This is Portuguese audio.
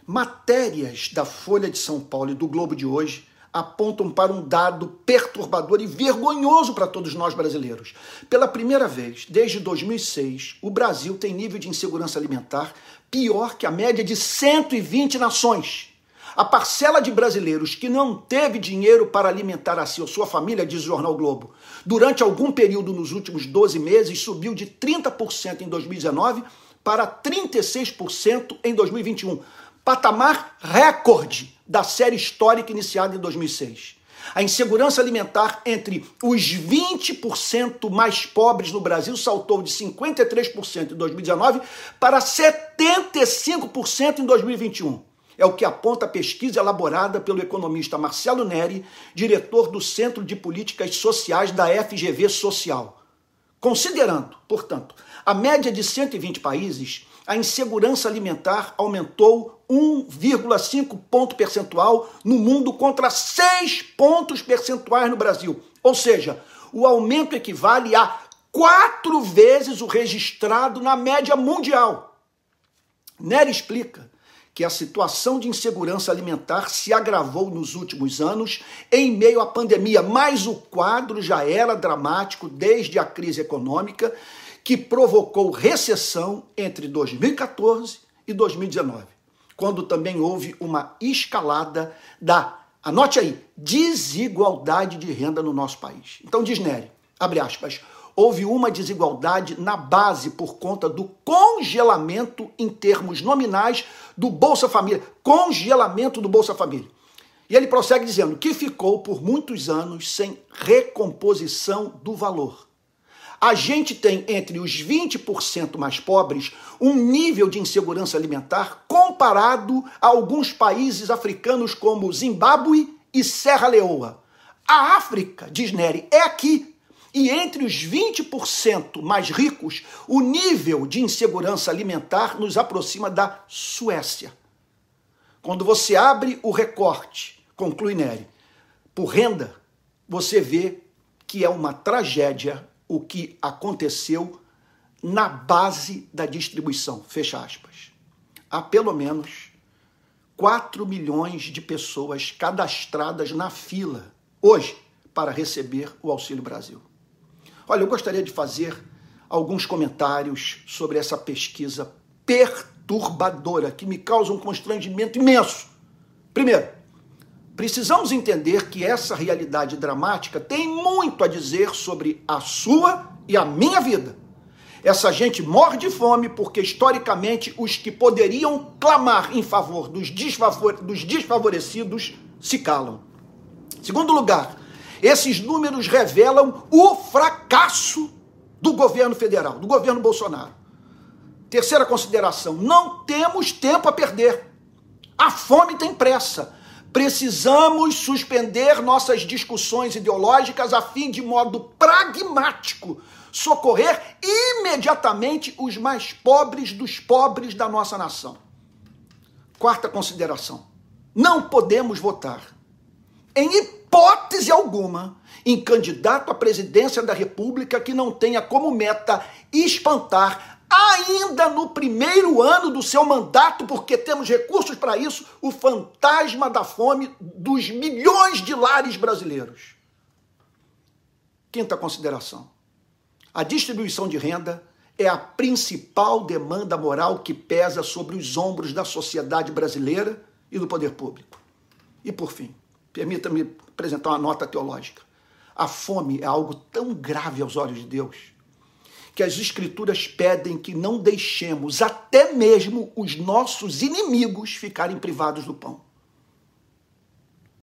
Matérias da Folha de São Paulo e do Globo de hoje apontam para um dado perturbador e vergonhoso para todos nós brasileiros. Pela primeira vez, desde 2006, o Brasil tem nível de insegurança alimentar pior que a média de 120 nações. A parcela de brasileiros que não teve dinheiro para alimentar a si ou sua família, diz o jornal Globo, durante algum período nos últimos 12 meses, subiu de 30% em 2019 para 36% em 2021. Patamar recorde da série histórica iniciada em 2006. A insegurança alimentar entre os 20% mais pobres no Brasil saltou de 53% em 2019 para 75% em 2021. É o que aponta a pesquisa elaborada pelo economista Marcelo Neri, diretor do Centro de Políticas Sociais da FGV Social. Considerando, portanto, a média de 120 países, a insegurança alimentar aumentou 1,5 ponto percentual no mundo contra 6 pontos percentuais no Brasil. Ou seja, o aumento equivale a 4 vezes o registrado na média mundial. Neri explica que a situação de insegurança alimentar se agravou nos últimos anos em meio à pandemia, mas o quadro já era dramático desde a crise econômica que provocou recessão entre 2014 e 2019, quando também houve uma escalada da, anote aí, desigualdade de renda no nosso país. Então diz Neri, abre aspas, houve uma desigualdade na base por conta do congelamento em termos nominais do Bolsa Família, congelamento do Bolsa Família. E ele prossegue dizendo que ficou por muitos anos sem recomposição do valor. A gente tem entre os 20% mais pobres um nível de insegurança alimentar comparado a alguns países africanos como Zimbábue e Serra Leoa. A África, diz Neri, é aqui. E entre os 20% mais ricos, o nível de insegurança alimentar nos aproxima da Suécia. Quando você abre o recorte, conclui Neri, por renda, você vê que é uma tragédia o que aconteceu na base da distribuição, fecha aspas. Há pelo menos 4 milhões de pessoas cadastradas na fila hoje para receber o Auxílio Brasil. Olha, eu gostaria de fazer alguns comentários sobre essa pesquisa perturbadora que me causa um constrangimento imenso. Primeiro, precisamos entender que essa realidade dramática tem muito a dizer sobre a sua e a minha vida. Essa gente morre de fome porque, historicamente, os que poderiam clamar em favor dos desfavorecidos se calam. Segundo lugar, esses números revelam o fracasso do governo federal, do governo Bolsonaro. Terceira consideração, não temos tempo a perder. A fome tem pressa. Precisamos suspender nossas discussões ideológicas a fim de modo pragmático socorrer imediatamente os mais pobres dos pobres da nossa nação. Quarta consideração, não podemos votar, em hipótese alguma, em candidato à presidência da República que não tenha como meta espantar ainda no primeiro ano do seu mandato, porque temos recursos para isso, o fantasma da fome dos milhões de lares brasileiros. Quinta consideração. A distribuição de renda é a principal demanda moral que pesa sobre os ombros da sociedade brasileira e do poder público. E, por fim, permita-me apresentar uma nota teológica. A fome é algo tão grave aos olhos de Deus que as Escrituras pedem que não deixemos até mesmo os nossos inimigos ficarem privados do pão.